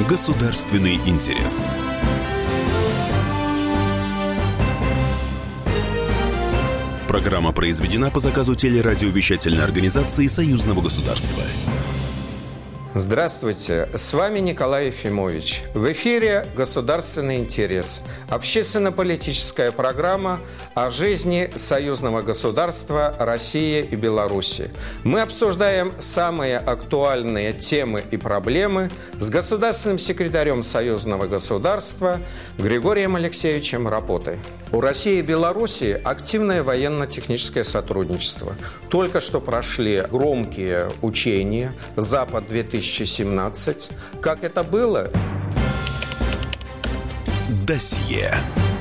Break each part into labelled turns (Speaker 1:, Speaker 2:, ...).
Speaker 1: Государственный интерес. Программа произведена по заказу телерадиовещательной организации Союзного государства.
Speaker 2: Здравствуйте, с вами Николай Ефимович. В эфире «Государственный интерес» – общественно-политическая программа о жизни союзного государства России и Беларуси. Мы обсуждаем самые актуальные темы и проблемы с государственным секретарем союзного государства Григорием Алексеевичем Рапотой. У России и Беларуси активное военно-техническое сотрудничество. Только что прошли громкие учения «Запад-2017». Как это было?
Speaker 1: Досье.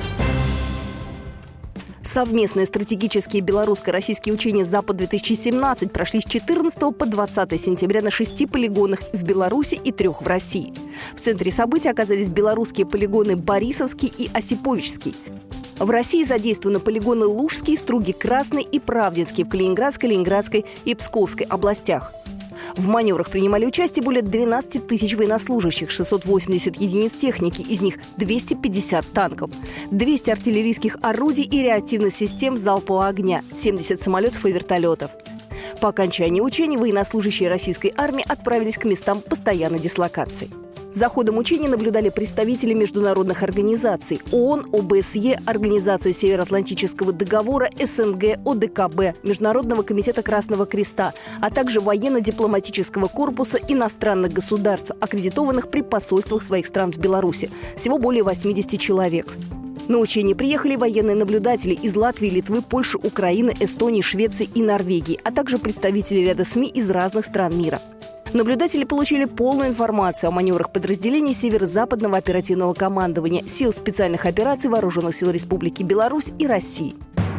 Speaker 3: Совместные стратегические белорусско-российские учения «Запад-2017» прошли с 14 по 20 сентября на 6 полигонах в Беларуси и 3 в России. В центре событий оказались белорусские полигоны Борисовский и Осиповичский. В России задействованы полигоны Лужский, Струги-Красный и Правдинский в Калининградской, Ленинградской и Псковской областях. В маневрах принимали участие более 12 тысяч военнослужащих, 680 единиц техники, из них 250 танков, 200 артиллерийских орудий и реактивных систем залпового огня, 70 самолетов и вертолетов. По окончании учений военнослужащие российской армии отправились к местам постоянной дислокации. За ходом учений наблюдали представители международных организаций ООН, ОБСЕ, Организации Североатлантического договора, СНГ, ОДКБ, Международного комитета Красного Креста, а также военно-дипломатического корпуса иностранных государств, аккредитованных при посольствах своих стран в Беларуси. Всего более 80 человек. На учения приехали военные наблюдатели из Латвии, Литвы, Польши, Украины, Эстонии, Швеции и Норвегии, а также представители ряда СМИ из разных стран мира. Наблюдатели получили полную информацию о маневрах подразделений Северо-Западного оперативного командования, сил специальных операций Вооруженных сил Республики Беларусь и России.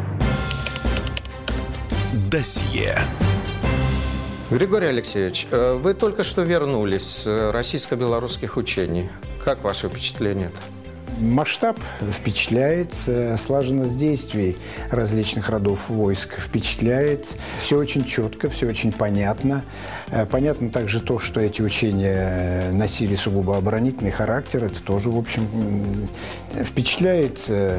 Speaker 1: Досье.
Speaker 2: Григорий Алексеевич, вы только что вернулись с российско-белорусских учений. Как ваше впечатление-то?
Speaker 4: Масштаб впечатляет, слаженность действий различных родов войск впечатляет. Все очень четко, все очень понятно. Понятно также то, что эти учения носили сугубо оборонительный характер. Это тоже, в общем, впечатляет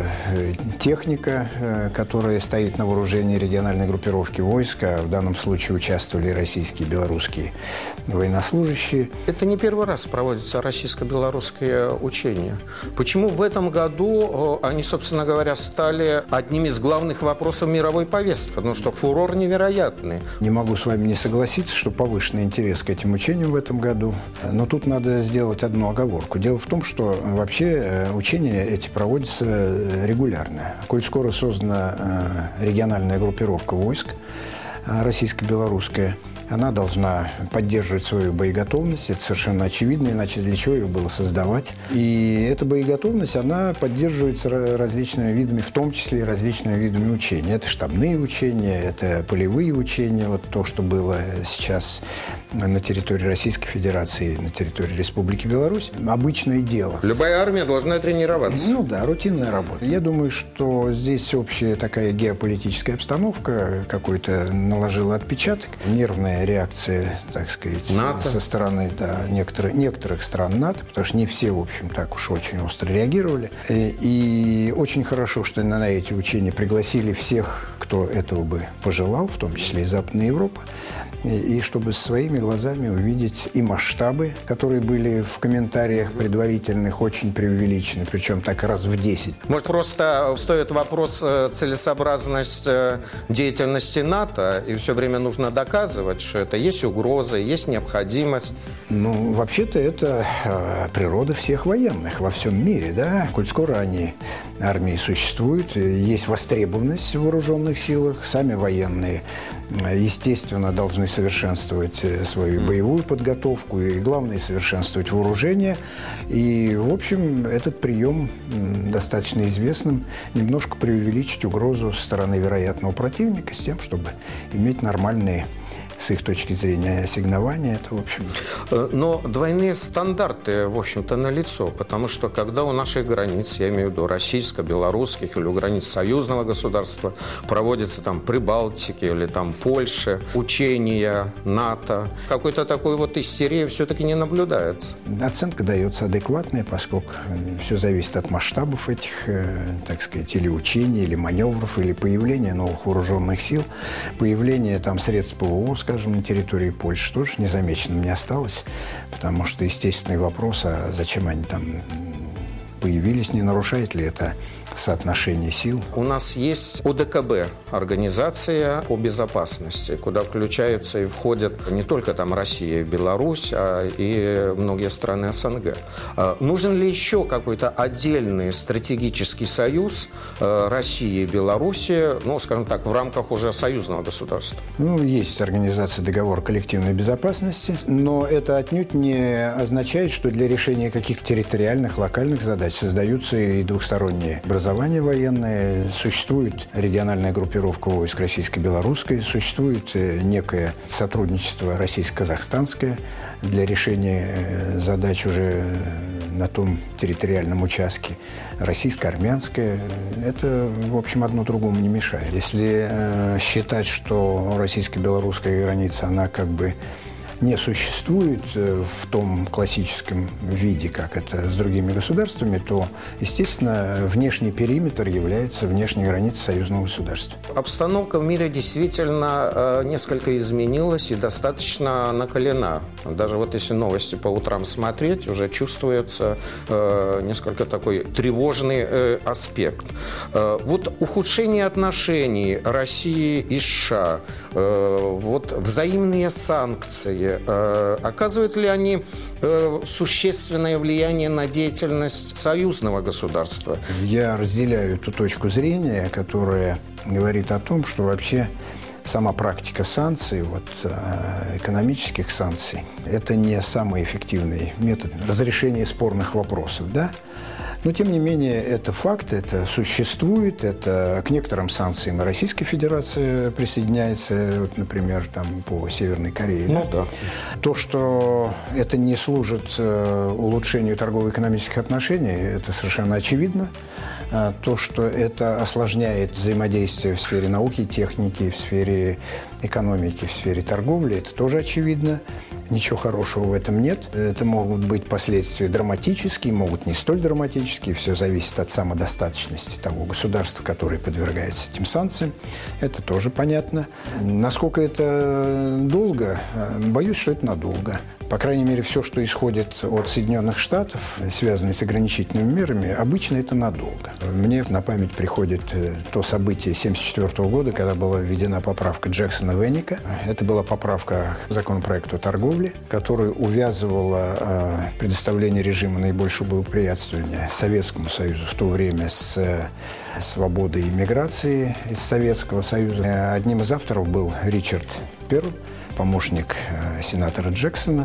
Speaker 4: техника, которая стоит на вооружении региональной группировки войск. А в данном случае участвовали российские и белорусские военнослужащие.
Speaker 2: Это не первый раз проводятся российско-белорусские учения. Почему в этом году они, собственно говоря, стали одним из главных вопросов мировой повестки? Потому что фурор невероятный.
Speaker 4: Не могу с вами не согласиться, что повышенный интерес к этим учениям в этом году. Но тут надо сделать одну оговорку. Дело в том, что вообще учения эти проводятся регулярно. Коль скоро создана региональная группировка войск российско-белорусская, она должна поддерживать свою боеготовность, это совершенно очевидно, иначе для чего ее было создавать. И эта боеготовность, она поддерживается различными видами, в том числе и различными видами учений. Это штабные учения, это полевые учения, вот то, что было сейчас на территории Российской Федерации, на территории Республики Беларусь. Обычное дело.
Speaker 2: Любая армия должна тренироваться.
Speaker 4: Ну да, рутинная работа. Я думаю, что здесь общая такая геополитическая обстановка какой-то наложила отпечаток. Нервная реакция, так сказать,
Speaker 2: НАТО.
Speaker 4: Со стороны некоторых стран НАТО, потому что не все, в общем, так уж очень остро реагировали. И очень хорошо, что на эти учения пригласили всех, кто этого бы пожелал, в том числе и Западная Европа, и чтобы своими глазами увидеть и масштабы, которые были в комментариях предварительных очень преувеличены, причем так раз в 10.
Speaker 2: Может, просто встает вопрос целесообразность деятельности НАТО, и все время нужно доказывать, что это есть угроза, есть необходимость?
Speaker 4: Ну, вообще-то это природа всех военных во всем мире, да? Коль скоро армии существуют, есть востребованность в вооруженных силах, сами военные, естественно, должны совершенствовать свою боевую подготовку и, главное, совершенствовать вооружение. И, в общем, этот прием достаточно известным, немножко преувеличить угрозу со стороны вероятного противника с тем, чтобы иметь нормальные с их точки зрения ассигнования, это, в общем...
Speaker 2: Но двойные стандарты, в общем-то, налицо, потому что когда у наших границ, я имею в виду российско-белорусских или у границ союзного государства, проводятся там Прибалтики или там Польши, учения НАТО, какой-то такой вот истерии все-таки не наблюдается.
Speaker 4: Оценка дается адекватная, поскольку все зависит от масштабов этих, так сказать, или учений, или маневров, или появления новых вооруженных сил. Появление там средств ПВО, скажем, на территории Польши тоже незамеченным не осталось, потому что естественный вопрос, а зачем они там появились, не нарушает ли это соотношение сил?
Speaker 2: У нас есть ОДКБ, Организация по безопасности, куда включаются и входят не только там Россия и Беларусь, а и многие страны СНГ. Нужен ли еще какой-то отдельный стратегический союз России и Беларуси, ну, скажем так, в рамках уже союзного государства?
Speaker 4: Ну, есть организация «Договор коллективной безопасности», но это отнюдь не означает, что для решения каких-то территориальных, локальных задач создаются и двухсторонние образования военные. Существует региональная группировка войск российско-белорусской, существует некое сотрудничество российско-казахстанское для решения задач уже на том территориальном участке, российско-армянское. Это, в общем, одно другому не мешает. Если считать, что российско-белорусская граница, она как бы не существует в том классическом виде, как это с другими государствами, то, естественно, внешний периметр является внешней границей союзного государства.
Speaker 2: Обстановка в мире действительно несколько изменилась и достаточно накалена. Даже вот если новости по утрам смотреть, уже чувствуется несколько такой тревожный аспект. Вот ухудшение отношений России и США, вот взаимные санкции, оказывают ли они существенное влияние на деятельность союзного государства?
Speaker 4: Я разделяю эту точку зрения, которая говорит о том, что вообще сама практика санкций, вот, экономических санкций, это не самый эффективный метод разрешения спорных вопросов, да? Но, тем не менее, это факт, это существует, это к некоторым санкциям Российская Федерация присоединяется, вот, например, там, по Северной Корее.
Speaker 2: Ну, да.
Speaker 4: То, что это не служит улучшению торгово-экономических отношений, это совершенно очевидно. То, что это осложняет взаимодействие в сфере науки, техники, в сфере экономики, в сфере торговли, это тоже очевидно. Ничего хорошего в этом нет. Это могут быть последствия драматические, могут не столь драматические. Все зависит от самодостаточности того государства, которое подвергается этим санкциям. Это тоже понятно. Насколько это долго? Боюсь, что это надолго. По крайней мере, все, что исходит от Соединенных Штатов, связанное с ограничительными мерами, обычно это надолго. Мне на память приходит то событие 1974 года, когда была введена поправка Джексона-Веника. Это была поправка к законопроекту о торговле, которая увязывала предоставление режима наибольшего благоприятствования Советскому Союзу в то время с свободой иммиграции из Советского Союза. Одним из авторов был Ричард Перл, помощник сенатора Джексона.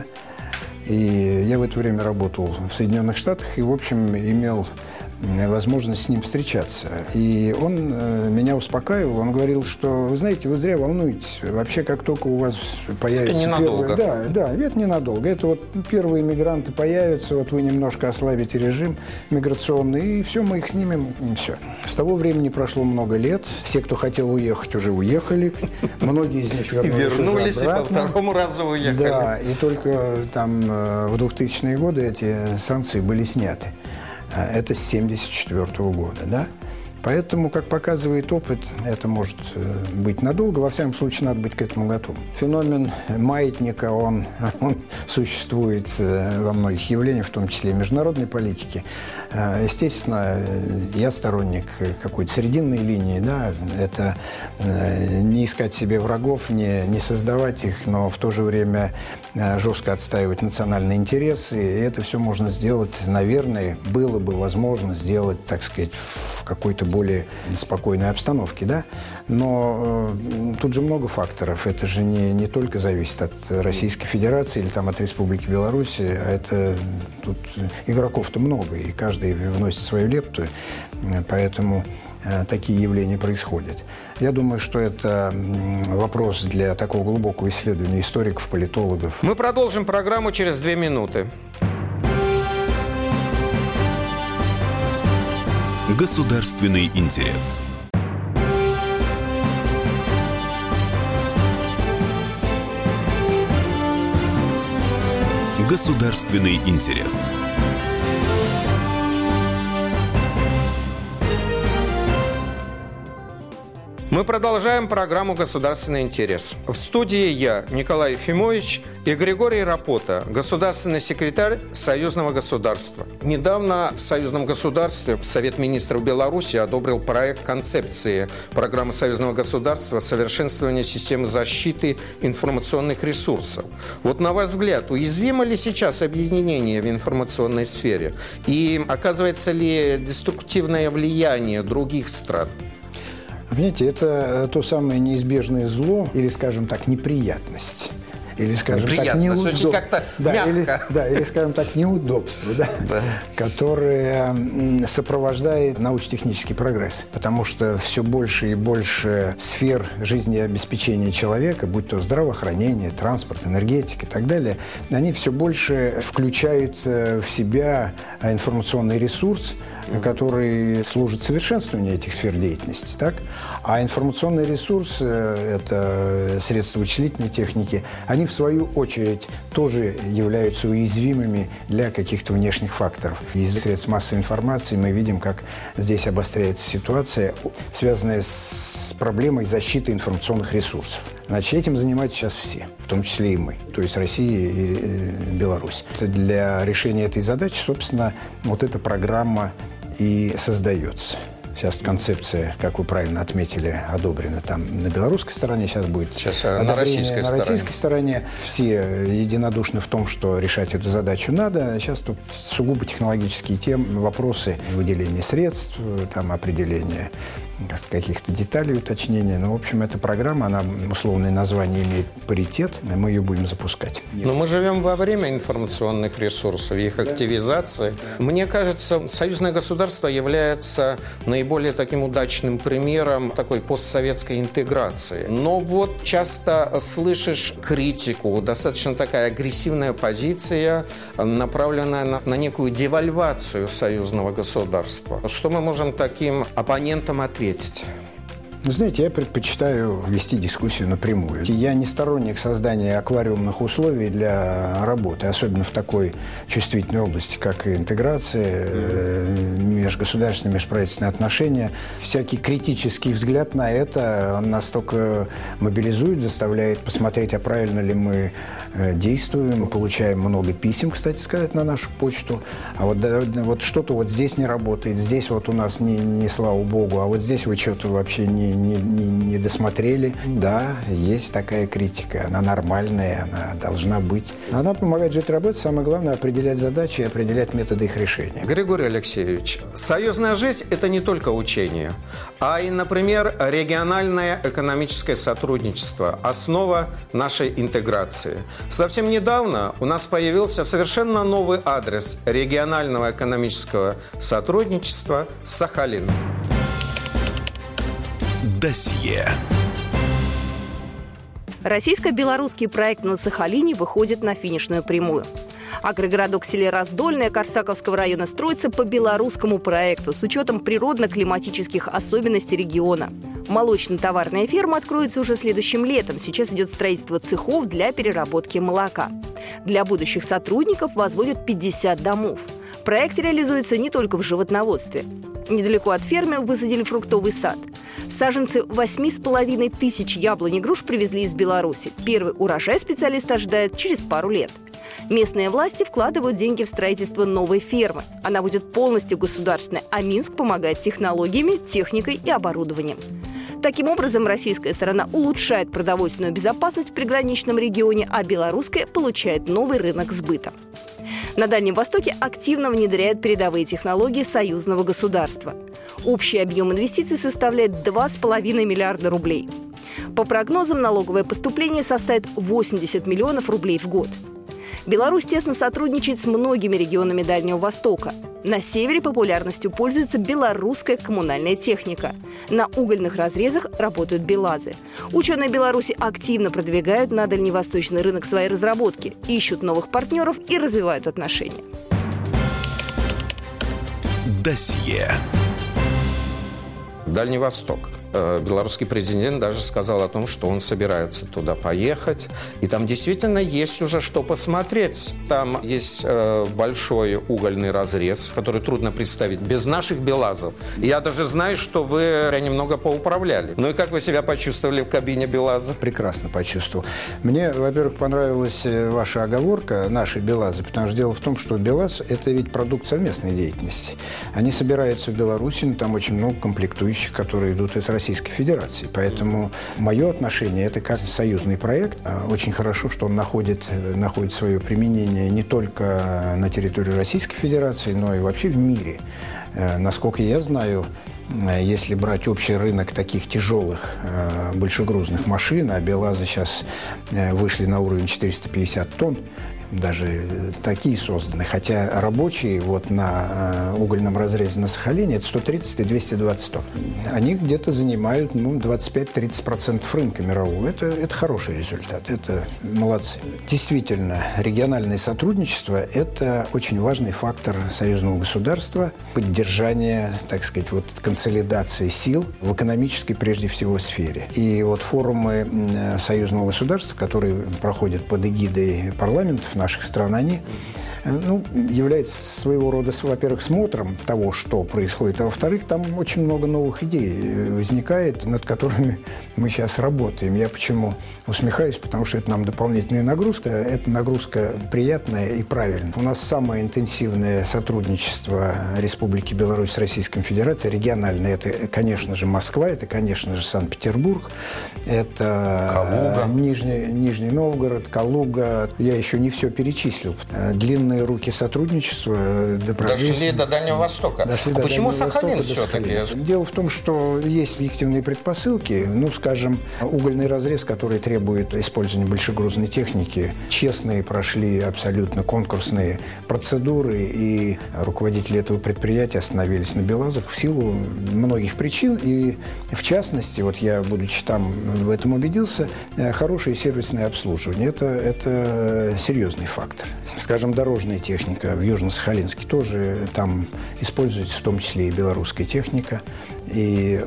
Speaker 4: И я в это время работал в Соединенных Штатах и, в общем, имел возможность с ним встречаться. И он меня успокаивал. Он говорил, что, вы знаете, вы зря волнуетесь. Вообще, как только у вас появится...
Speaker 2: Это ненадолго.
Speaker 4: Да, это ненадолго. Это вот первые мигранты появятся, вот вы немножко ослабите режим миграционный, и все, мы их снимем, и все. С того времени прошло много лет. Все, кто хотел уехать, уже уехали. Многие из них вернулись
Speaker 2: и по второму разу уехали.
Speaker 4: Да, и только там в 2000-е годы эти санкции были сняты. Это с 1974 года, да? Поэтому, как показывает опыт, это может быть надолго. Во всяком случае, надо быть к этому готовым. Феномен маятника, он существует во многих явлениях, в том числе и в международной политике. Естественно, я сторонник какой-то срединной линии, да? Это не искать себе врагов, не создавать их, но в то же время жестко отстаивать национальные интересы. И это все можно сделать, наверное, было бы возможно сделать, так сказать, в какой-то более спокойной обстановке, да. Но тут же много факторов. Это же не только зависит от Российской Федерации или там от Республики Беларусь, а это тут игроков-то много, и каждый вносит свою лепту, поэтому такие явления происходят. Я думаю, что это вопрос для такого глубокого исследования историков, политологов.
Speaker 2: Мы продолжим программу через 2 минуты.
Speaker 1: Государственный интерес. Государственный интерес.
Speaker 2: Мы продолжаем программу «Государственный интерес». В студии я, Николай Ефимович, и Григорий Рапота, государственный секретарь Союзного государства. Недавно в Союзном государстве Совет министров Беларуси одобрил проект концепции программы Союзного государства «Совершенствование системы защиты информационных ресурсов». Вот на ваш взгляд, уязвимо ли сейчас объединение в информационной сфере? И оказывается ли деструктивное влияние других стран?
Speaker 4: Понимаете, это то самое неизбежное зло, или, скажем так, неприятность. Или, скажем так, неудобство.
Speaker 2: Как-то мягко.
Speaker 4: Или, скажем так, неудобство, которое сопровождает научно-технический прогресс. Потому что все больше и больше сфер жизнеобеспечения человека, будь то здравоохранение, транспорт, энергетика и так далее, они все больше включают в себя информационный ресурс, который служит совершенствованию этих сфер деятельности. Так? А информационный ресурс – это средства вычислительной техники, они в свою очередь тоже являются уязвимыми для каких-то внешних факторов. Из средств массовой информации мы видим, как здесь обостряется ситуация, связанная с проблемой защиты информационных ресурсов. Значит, этим занимаются сейчас все, в том числе и мы, то есть Россия и Беларусь. Для решения этой задачи, собственно, вот эта программа и создается. Сейчас концепция, как вы правильно отметили, одобрена там на белорусской стороне, сейчас будет
Speaker 2: на российской
Speaker 4: стороне. Все единодушны в том, что решать эту задачу надо. Сейчас тут сугубо технологические вопросы выделения средств, там, определения каких-то деталей, уточнения. Ну, в общем, эта программа, она условное название имеет паритет, и мы ее будем запускать.
Speaker 2: Но мы живем во время информационных ресурсов, их активизации. Мне кажется, союзное государство является наиболее таким удачным примером такой постсоветской интеграции. Но вот часто слышишь критику, достаточно такая агрессивная позиция, направленная на некую девальвацию союзного государства. Что мы можем таким оппонентам ответить?
Speaker 4: Знаете, я предпочитаю вести дискуссию напрямую. Я не сторонник создания аквариумных условий для работы, особенно в такой чувствительной области, как и интеграция, межгосударственные, межправительственные отношения. Всякий критический взгляд на это, он нас только мобилизует, заставляет посмотреть, а правильно ли мы действуем. Мы получаем много писем, кстати сказать, на нашу почту. А вот что-то вот здесь не работает, здесь вот у нас не слава богу, а вот здесь вы что-то вообще не досмотрели. Да, есть такая критика, она нормальная, она должна быть. Она помогает жить и работать, самое главное – определять задачи и определять методы их решения.
Speaker 2: Григорий Алексеевич, союзная жизнь – это не только учение, а и, например, региональное экономическое сотрудничество – основа нашей интеграции. Совсем недавно у нас появился совершенно новый адрес регионального экономического сотрудничества – Сахалин.
Speaker 1: Досье.
Speaker 3: Российско-белорусский проект на Сахалине выходит на финишную прямую. Агрогородок в селе Раздольное Корсаковского района строится по белорусскому проекту с учетом природно-климатических особенностей региона. Молочно-товарная ферма откроется уже следующим летом. Сейчас идет строительство цехов для переработки молока. Для будущих сотрудников возводят 50 домов. Проект реализуется не только в животноводстве. Недалеко от фермы высадили фруктовый сад. Саженцы 8,5 тысяч яблонь и груш привезли из Беларуси. Первый урожай специалист ожидает через пару лет. Местные власти вкладывают деньги в строительство новой фермы. Она будет полностью государственной, а Минск помогает технологиями, техникой и оборудованием. Таким образом, российская сторона улучшает продовольственную безопасность в приграничном регионе, а белорусская получает новый рынок сбыта. На Дальнем Востоке активно внедряют передовые технологии союзного государства. Общий объем инвестиций составляет 2,5 миллиарда рублей. По прогнозам, налоговое поступление составит 80 миллионов рублей в год. Беларусь тесно сотрудничает с многими регионами Дальнего Востока. На севере популярностью пользуется белорусская коммунальная техника. На угольных разрезах работают БелАЗы. Ученые Беларуси активно продвигают на дальневосточный рынок свои разработки, ищут новых партнеров и развивают отношения.
Speaker 1: Досье.
Speaker 2: Дальний Восток. Белорусский президент даже сказал о том, что он собирается туда поехать. И там действительно есть уже что посмотреть. Там есть большой угольный разрез, который трудно представить без наших БелАЗов. Я даже знаю, что вы немного поуправляли. Ну и как вы себя почувствовали в кабине БелАЗа?
Speaker 4: Прекрасно почувствовал. Мне, во-первых, понравилась ваша оговорка «наши БелАЗы», потому что дело в том, что БелАЗ – это ведь продукт совместной деятельности. Они собираются в Беларуси, но там очень много комплектующих, которые идут из Российской Федерации. Поэтому мое отношение – это как союзный проект. Очень хорошо, что он находит свое применение не только на территории Российской Федерации, но и вообще в мире. Насколько я знаю, если брать общий рынок таких тяжелых большегрузных машин, а БелАЗы сейчас вышли на уровень 450 тонн, даже такие созданы. Хотя рабочие вот на угольном разрезе на Сахалине это 130 и 220 тонн. Они где-то занимают 25-30% рынка мирового. Это хороший результат. Это молодцы. Действительно, региональное сотрудничество – это очень важный фактор союзного государства, поддержания, так сказать, вот консолидации сил в экономической, прежде всего, сфере. И вот форумы союзного государства, которые проходят под эгидой парламентов наших стран, они являются своего рода, во-первых, смотром того, что происходит, а во-вторых, там очень много новых идей возникает, над которыми мы сейчас работаем. Я почему усмехаюсь? Потому что это нам дополнительная нагрузка. Эта нагрузка приятная и правильная. У нас самое интенсивное сотрудничество Республики Беларусь с Российской Федерацией, региональное. Это, конечно же, Москва, это, конечно же, Санкт-Петербург, это
Speaker 2: Калуга.
Speaker 4: Нижний Новгород, Калуга. Я еще не все перечислил. Длинные руки сотрудничества
Speaker 2: дошли до Дальнего Востока. Почему Сахалин все-таки?
Speaker 4: Дело в том, что есть объективные предпосылки. Скажем, угольный разрез, который требует использования большегрузной техники. Честные прошли абсолютно конкурсные процедуры, и руководители этого предприятия остановились на БелАЗах в силу многих причин. И, в частности, вот я, будучи там, в этом убедился, хорошее сервисное обслуживание. Это серьезный фактор. Скажем, дорожная техника в Южно-Сахалинске тоже там используется, в том числе и белорусская техника. И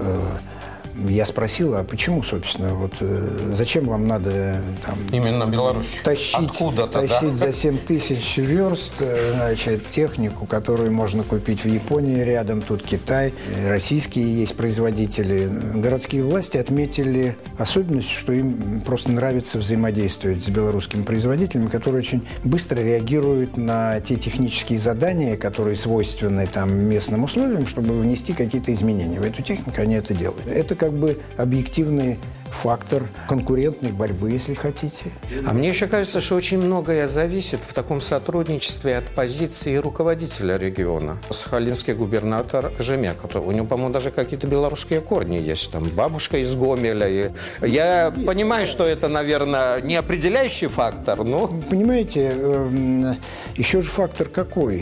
Speaker 4: я спросил, а почему, собственно, зачем вам надо
Speaker 2: именно Беларусь?
Speaker 4: Тащить за 7 тысяч верст, технику, которую можно купить в Японии рядом, тут Китай, российские есть производители. Городские власти отметили особенность, что им просто нравится взаимодействовать с белорусскими производителями, которые очень быстро реагируют на те технические задания, которые свойственны местным условиям, чтобы внести какие-то изменения в эту технику, они это делают. Это как бы объективный фактор конкурентной борьбы, если хотите.
Speaker 2: А мне еще кажется, что очень многое зависит в таком сотрудничестве от позиции руководителя региона. Сахалинский губернатор Кожемяк, у него, по-моему, даже какие-то белорусские корни есть. Там бабушка из Гомеля. Я понимаю, что это, наверное, не определяющий фактор, но...
Speaker 4: Понимаете, еще же фактор какой?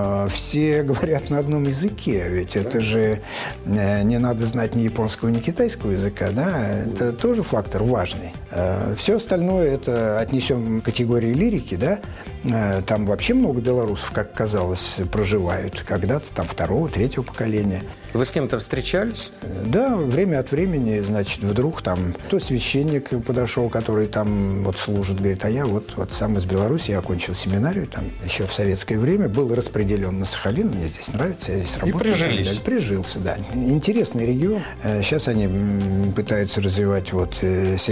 Speaker 4: Все говорят на одном языке, ведь это же не надо знать ни японского, ни китайского языка, да? Это тоже фактор важный. Все остальное это отнесем к категории лирики, да? Там вообще много белорусов, как казалось, проживают. Когда-то там 2-го, 3-го поколения.
Speaker 2: Вы с кем-то встречались?
Speaker 4: Да, время от времени, вдруг то священник подошел, который там служит, говорит, а я сам из Беларуси, я окончил семинарию, еще в советское время, был распределен на Сахалин, мне здесь нравится, я здесь работаю.
Speaker 2: И прижились?
Speaker 4: Прижился, да. Интересный регион. Сейчас они пытаются развивать сельское хозяйство.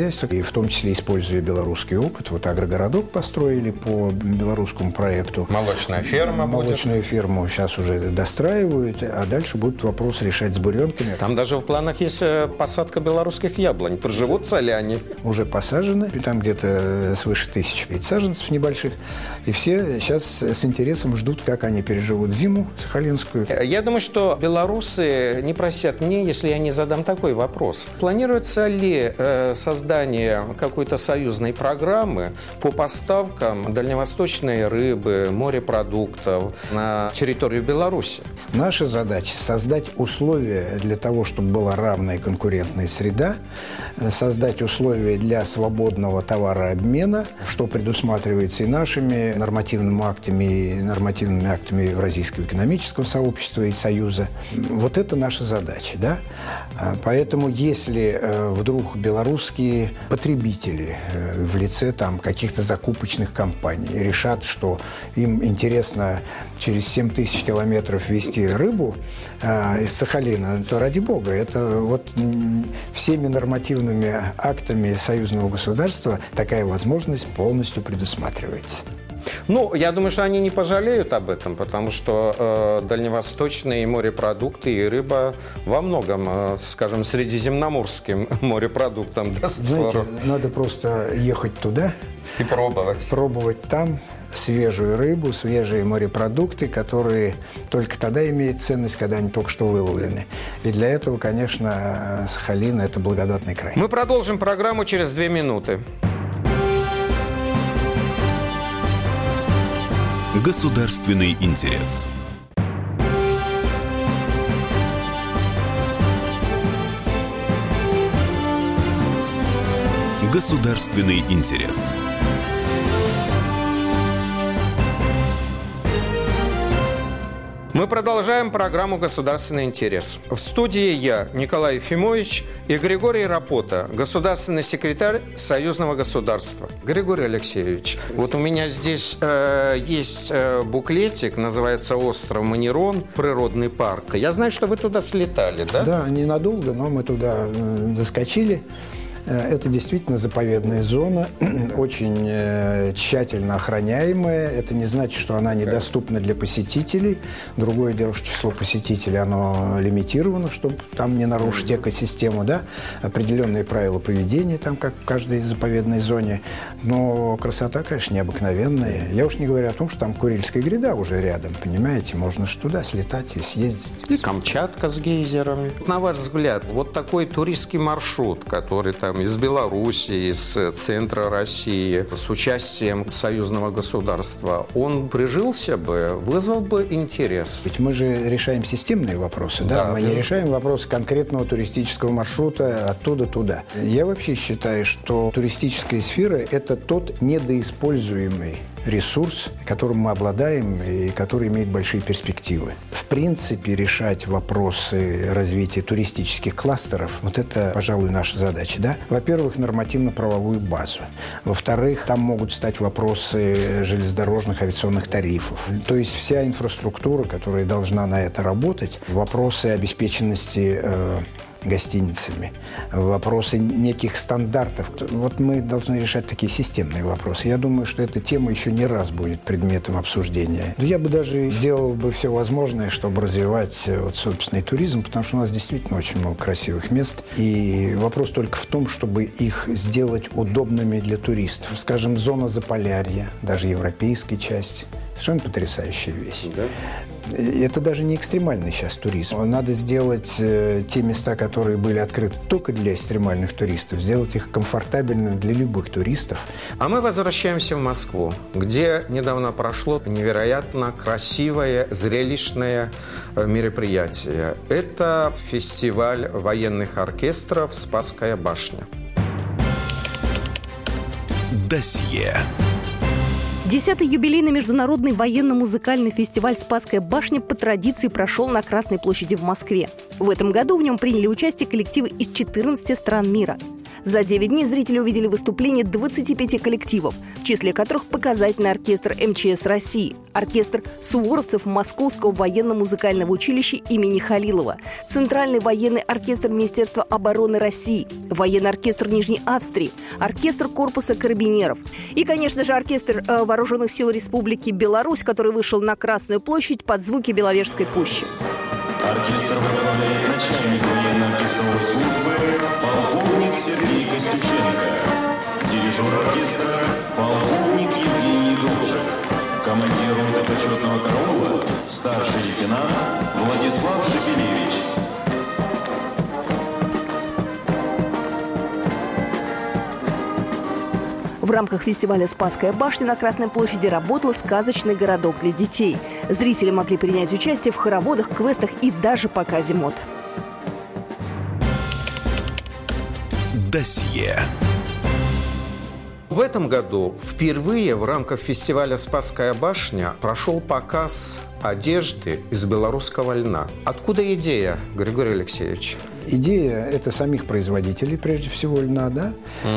Speaker 4: хозяйства, и в том числе используя белорусский опыт. Вот агрогородок построили по белорусскому проекту.
Speaker 2: Молочная ферма будет.
Speaker 4: Молочную ферму сейчас уже достраивают, а дальше будет вопрос решать с буренками.
Speaker 2: Там даже в планах есть посадка белорусских яблонь. Приживутся ли они?
Speaker 4: Уже посажены, там где-то свыше 1000 саженцев небольших. И все сейчас с интересом ждут, как они переживут зиму сахалинскую.
Speaker 2: Я думаю, что белорусы не простят мне, если я не задам такой вопрос. Планируется ли создание какой-то союзной программы по поставкам дальневосточной рыбы, морепродуктов на территорию Беларуси?
Speaker 4: Наша задача – создать условия для того, чтобы была равная конкурентная среда, создать условия для свободного товарообмена, что предусматривается и нашими нормативными актами Евразийского экономического сообщества и Союза. Вот это наша задача, да? Поэтому если вдруг белорусские потребители в лице каких-то закупочных компаний решат, что им интересно через 7000 километров везти рыбу из Сахалина, то ради бога, это вот всеми нормативными актами союзного государства такая возможность полностью предусматривается.
Speaker 2: Я думаю, что они не пожалеют об этом, потому что дальневосточные морепродукты и рыба во многом, скажем, средиземноморским морепродуктам даст.
Speaker 4: Знаете, надо просто ехать туда
Speaker 2: и пробовать.
Speaker 4: Пробовать там свежую рыбу, свежие морепродукты, которые только тогда имеют ценность, когда они только что выловлены. И для этого, конечно, Сахалин – это благодатный край.
Speaker 2: Мы продолжим программу через 2 минуты.
Speaker 1: Государственный интерес. Государственный интерес.
Speaker 2: Мы продолжаем программу «Государственный интерес». В студии я, Николай Ефимович, и Григорий Рапота, государственный секретарь Союзного государства. Григорий Алексеевич, вот у меня здесь есть буклетик, называется «Остров Манерон. Природный парк». Я знаю, что вы туда слетали, да?
Speaker 4: Да, ненадолго, но мы туда заскочили. Это действительно заповедная зона, очень тщательно охраняемая. Это не значит, что она недоступна для посетителей. Другое дело, что число посетителей, оно лимитировано, чтобы там не нарушить экосистему, да? Определенные правила поведения, там, как в каждой заповедной зоне. Но красота, конечно, необыкновенная. Я уж не говорю о том, что там Курильская гряда уже рядом, понимаете? Можно ж туда слетать и съездить.
Speaker 2: И Камчатка с гейзерами. На ваш взгляд, вот такой туристский маршрут, который там из Беларуси, из центра России, с участием союзного государства, он прижился бы, вызвал бы интерес?
Speaker 4: Ведь мы же решаем системные вопросы, да? Мы не решаем вопросы конкретного туристического маршрута оттуда туда. Я вообще считаю, что туристическая сфера – это тот недоиспользуемый ресурс, которым мы обладаем и который имеет большие перспективы. В принципе, решать вопросы развития туристических кластеров, вот это, пожалуй, наша задача, да? Во-первых, нормативно-правовую базу. Во-вторых, там могут встать вопросы железнодорожных авиационных тарифов. То есть вся инфраструктура, которая должна на это работать, вопросы обеспеченности гостиницами, вопросы неких стандартов. Вот мы должны решать такие системные вопросы. Я думаю, что эта тема еще не раз будет предметом обсуждения. Я бы даже делал бы все возможное, чтобы развивать собственный туризм, потому что у нас действительно очень много красивых мест. И вопрос только в том, чтобы их сделать удобными для туристов. Скажем, зона Заполярья, даже европейской части. Совершенно потрясающая вещь. Да. Это даже не экстремальный сейчас туризм. Надо сделать те места, которые были открыты только для экстремальных туристов, сделать их комфортабельными для любых туристов.
Speaker 2: А мы возвращаемся в Москву, где недавно прошло невероятно красивое, зрелищное мероприятие. Это фестиваль военных оркестров «Спасская башня».
Speaker 1: Досье.
Speaker 3: 10-й юбилейный международный военно-музыкальный фестиваль «Спасская башня» по традиции прошел на Красной площади в Москве. В этом году в нем приняли участие коллективы из 14 стран мира. За 9 дней зрители увидели выступления 25 коллективов, в числе которых показательный оркестр МЧС России, оркестр суворовцев Московского военно-музыкального училища имени Халилова, Центральный военный оркестр Министерства обороны России, военный оркестр Нижней Австрии, оркестр корпуса карабинеров и, конечно же, оркестр Вооруженных сил Республики Беларусь, который вышел на Красную площадь под звуки Беловежской пущи.
Speaker 5: Оркестр возглавляет начальник военно-оркестровой службы полковник Сергей Костюченко, дирижер оркестра полковник Евгений Должик, командир роты почетного караула старший лейтенант Владислав Шепелевич.
Speaker 3: В рамках фестиваля «Спасская башня» на Красной площади работал сказочный городок для детей. Зрители могли принять участие в хороводах, квестах и даже показе мод.
Speaker 1: Досье.
Speaker 2: В этом году впервые в рамках фестиваля «Спасская башня» прошел показ одежды из белорусского льна. Откуда идея, Григорий Алексеевич?
Speaker 4: Идея – это самих производителей, прежде всего, льна, да?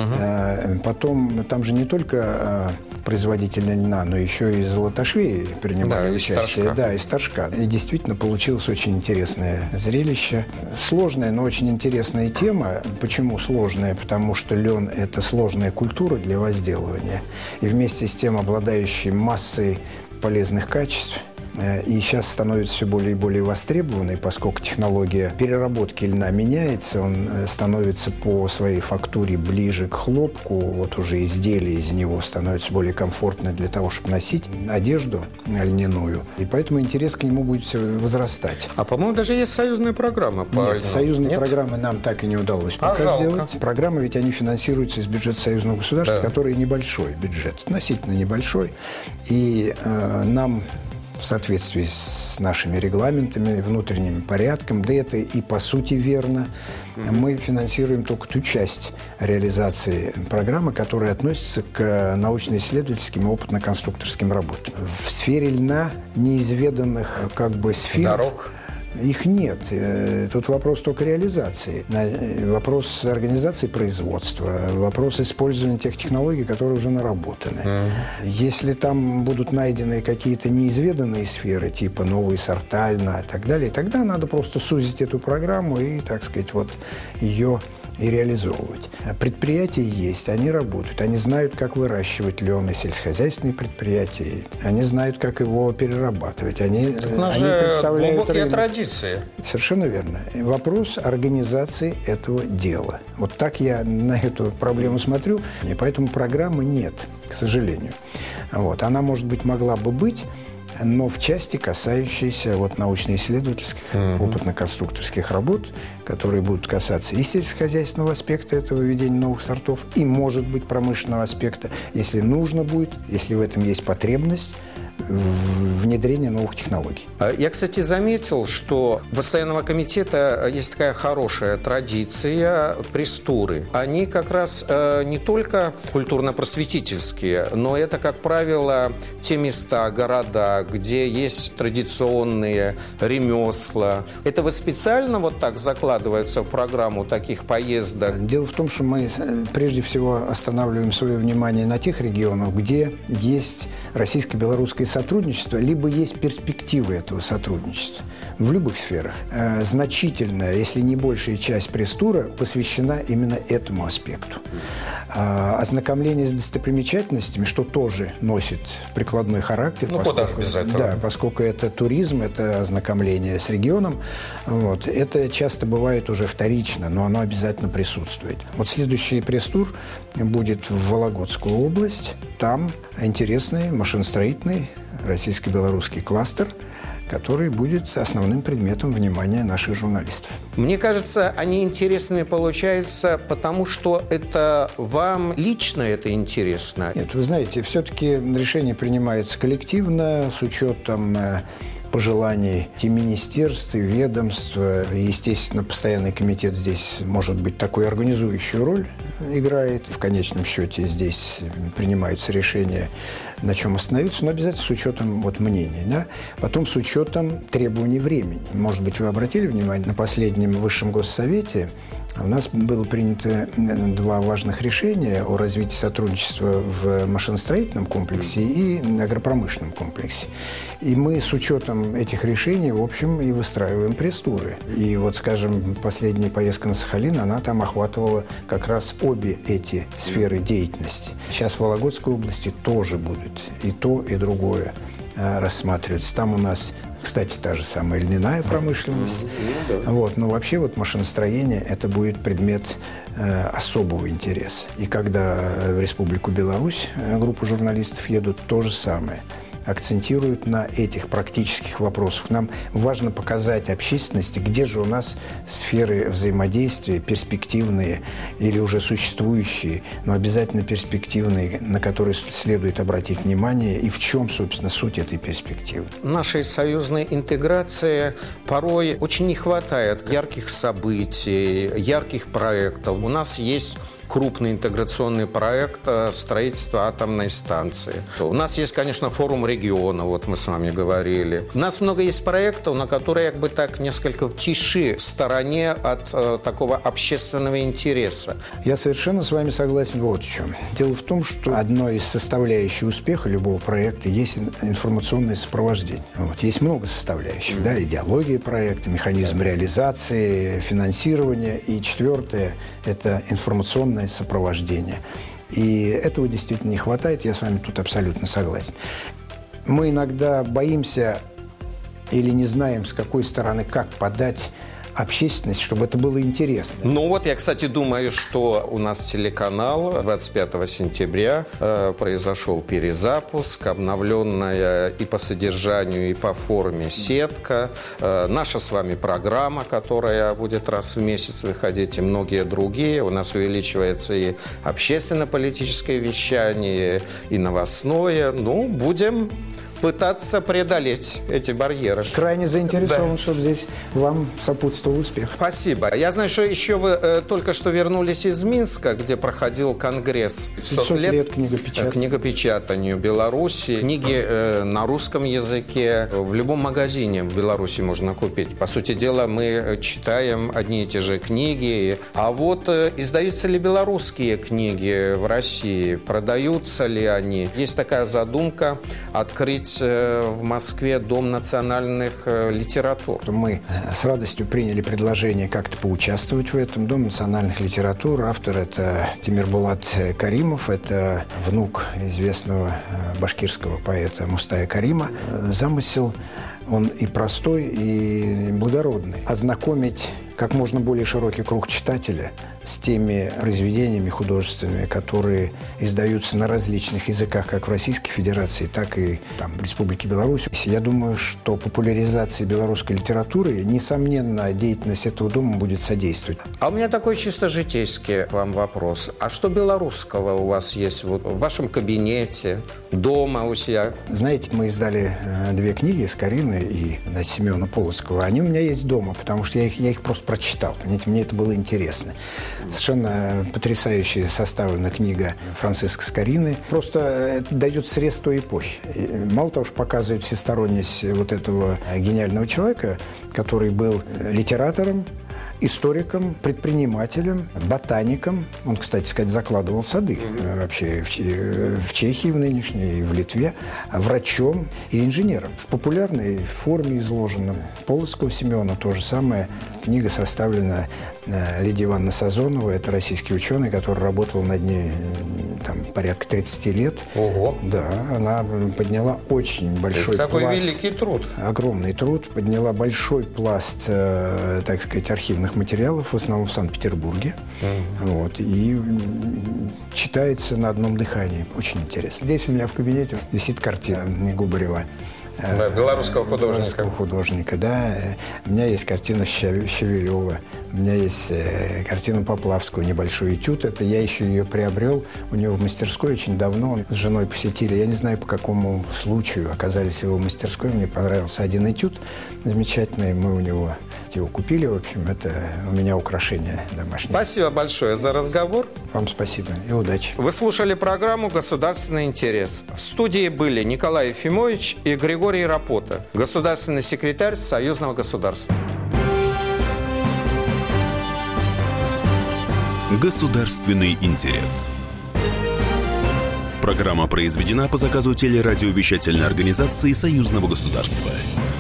Speaker 4: Потом, там же не только производители льна, но еще и золотошвеи принимали участие. Да, из Торжка. И действительно получилось очень интересное зрелище. Сложная, но очень интересная тема. Почему сложная? Потому что лен – это сложная культура для возделывания. И вместе с тем обладающий массой полезных качеств. И сейчас становится все более и более востребованной, поскольку технология переработки льна меняется, он становится по своей фактуре ближе к хлопку, вот уже изделие из него становится более комфортно для того, чтобы носить одежду льняную, и поэтому интерес к нему будет возрастать.
Speaker 2: А, по-моему, даже есть союзная программа по
Speaker 4: Нет,
Speaker 2: льну.
Speaker 4: союзной программы нам так и не удалось пока сделать. Программы ведь они финансируются из бюджета союзного государства, который небольшой бюджет, относительно небольшой, и нам в соответствии с нашими регламентами, внутренним порядком, да это и по сути верно, мы финансируем только ту часть реализации программы, которая относится к научно-исследовательским и опытно-конструкторским работам. В сфере льна неизведанных сфер...
Speaker 2: Дорог.
Speaker 4: Их нет. Тут вопрос только реализации. Вопрос организации производства, вопрос использования тех технологий, которые уже наработаны. Если там будут найдены какие-то неизведанные сферы, типа новые сорта льна и так далее, тогда надо просто сузить эту программу и, так сказать, вот ее и реализовывать. Предприятия есть, они работают, они знают, как выращивать лен, и сельскохозяйственные предприятия, они знают, как его перерабатывать, они представляют
Speaker 2: глубокие традиции.
Speaker 4: Совершенно верно. Вопрос организации этого дела. Вот так я на эту проблему смотрю, и поэтому программы нет, к сожалению. Вот. Она, может быть, могла бы быть, но в части, касающейся научно-исследовательских, опытно-конструкторских работ, которые будут касаться и сельскохозяйственного аспекта этого введения новых сортов, и, может быть, промышленного аспекта, если нужно будет, если в этом есть потребность, внедрение новых технологий.
Speaker 2: Я, кстати, заметил, что у постоянного комитета есть такая хорошая традиция пресс-туры. Они как раз не только культурно-просветительские, но это, как правило, те места, города, где есть традиционные ремесла. Это вы специально вот так закладываются в программу таких поездок?
Speaker 4: Дело в том, что мы прежде всего останавливаем свое внимание на тех регионах, где есть российско-белорусское сотрудничество, либо есть перспективы этого сотрудничества в любых сферах. Значительная, если не большая часть пресс-тура посвящена именно этому аспекту. Ознакомление с достопримечательностями, что тоже носит прикладной характер.
Speaker 2: Куда же без этого?
Speaker 4: Да, поскольку это туризм, это ознакомление с регионом. Вот, это часто бывает уже вторично, но оно обязательно присутствует. Вот следующий пресс-тур будет в Вологодскую область. Там интересный машиностроительный российско-белорусский кластер, который будет основным предметом внимания наших журналистов.
Speaker 2: Мне кажется, они интересными получаются, потому что это вам лично это интересно.
Speaker 4: Нет, вы знаете, все-таки решение принимается коллективно, с учетом пожеланий и министерств, и ведомств. Естественно, постоянный комитет здесь, может быть, такую организующую роль играет. В конечном счете здесь принимаются решения, на чем остановиться, но обязательно с учетом мнений. Да? Потом с учетом требований времени. Может быть, вы обратили внимание, на последнем Высшем Госсовете У нас было принято 2 важных решения о развитии сотрудничества в машиностроительном комплексе и агропромышленном комплексе. И мы с учетом этих решений, в общем, и выстраиваем пресс-туры. И вот, скажем, последняя поездка на Сахалин, она там охватывала как раз обе эти сферы деятельности. Сейчас в Вологодской области тоже будет и то, и другое рассматривается. Там у нас, кстати, та же самая льняная промышленность. Вот. Но вообще вот машиностроение – это будет предмет особого интереса. И когда в Республику Беларусь группа журналистов едут, то же самое. Акцентируют на этих практических вопросах. Нам важно показать общественности, где же у нас сферы взаимодействия перспективные или уже существующие, но обязательно перспективные, на которые следует обратить внимание, и в чем, собственно, суть этой перспективы.
Speaker 2: Нашей союзной интеграции порой очень не хватает ярких событий, ярких проектов. У нас есть крупный интеграционный проект строительства атомной станции. У нас есть, конечно, форум региона, вот мы с вами говорили. У нас много есть проектов, на которые как бы так несколько в тиши, в стороне от такого общественного интереса.
Speaker 4: Я совершенно с вами согласен вот в чем. Дело в том, что одной из составляющих успеха любого проекта есть информационное сопровождение. Вот. Есть много составляющих. Да? Идеология проекта, механизм реализации, финансирования. И 4-е – это информационное сопровождение. И этого действительно не хватает, я с вами тут абсолютно согласен. Мы иногда боимся или не знаем, с какой стороны, как подать общественность, чтобы это было интересно.
Speaker 2: Ну вот я, кстати, думаю, что у нас телеканал 25 сентября произошел перезапуск, обновленная и по содержанию, и по форме сетка. Наша с вами программа, которая будет раз в месяц выходить, и многие другие. У нас увеличивается и общественно-политическое вещание, и новостное. Ну, будем пытаться преодолеть эти барьеры.
Speaker 4: Крайне заинтересован, чтобы здесь вам сопутствовал успех.
Speaker 2: Спасибо. Я знаю, что еще вы только что вернулись из Минска, где проходил конгресс
Speaker 4: 500 лет
Speaker 2: книгопечатанию Беларуси. Книги на русском языке в любом магазине в Беларуси можно купить. По сути дела, мы читаем одни и те же книги. А вот издаются ли белорусские книги в России? Продаются ли они? Есть такая задумка открыть в Москве Дом национальных литератур.
Speaker 4: Мы с радостью приняли предложение как-то поучаствовать в этом. Дом национальных литератур. Автор – это Тимирбулат Каримов. Это внук известного башкирского поэта Мустая Карима. Замысел, он и простой, и благородный. Ознакомить как можно более широкий круг читателя с теми произведениями художественными, которые издаются на различных языках, как в Российской Федерации, так и там, в Республике Беларусь. Я думаю, что популяризации белорусской литературы, несомненно, деятельность этого дома будет содействовать.
Speaker 2: А у меня такой чисто житейский вам вопрос. А что белорусского у вас есть вот в вашем кабинете, дома у себя?
Speaker 4: Знаете, мы издали 2 книги с Кариной и Семена Полоцкого. Они у меня есть дома, потому что я их просто прочитал. Понимаете, мне это было интересно. Совершенно потрясающая составлена книга Франциска Скорины. Просто это дает срез той эпохи. И мало того, что показывает всесторонность вот этого гениального человека, который был литератором, историком, предпринимателем, ботаником. Он, кстати сказать, закладывал сады вообще в Чехии в нынешней, и в Литве, врачом и инженером. В популярной форме изложенном. Полоцкого Семена то же самое. Книга составлена Лидией Ивановной Сазоновой. Это российский ученый, который работал над ней там, порядка 30 лет.
Speaker 2: Ого!
Speaker 4: Да, она подняла очень большой пласт.
Speaker 2: Такой великий труд.
Speaker 4: Огромный труд. Подняла большой пласт, так сказать, архивных материалов, в основном в Санкт-Петербурге. Вот, и читается на одном дыхании. Очень интересно. Здесь у меня в кабинете висит картина Губарева.
Speaker 2: Да, белорусского художника.
Speaker 4: Белорусского художника, да. У меня есть картина Щавелева. У меня есть картина Поплавского, небольшой этюд. Это я еще ее приобрел у него в мастерской очень давно. Он с женой посетили. Я не знаю, по какому случаю оказались в его мастерской. Мне понравился один этюд замечательный. Мы у него его купили. В общем, это у меня украшение домашнее.
Speaker 2: Спасибо большое за разговор.
Speaker 4: Вам спасибо и удачи.
Speaker 2: Вы слушали программу «Государственный интерес». В студии были Николай Ефимович и Григорий Рапота, государственный секретарь Союзного государства.
Speaker 1: Государственный интерес. Программа произведена по заказу телерадиовещательной организации Союзного государства.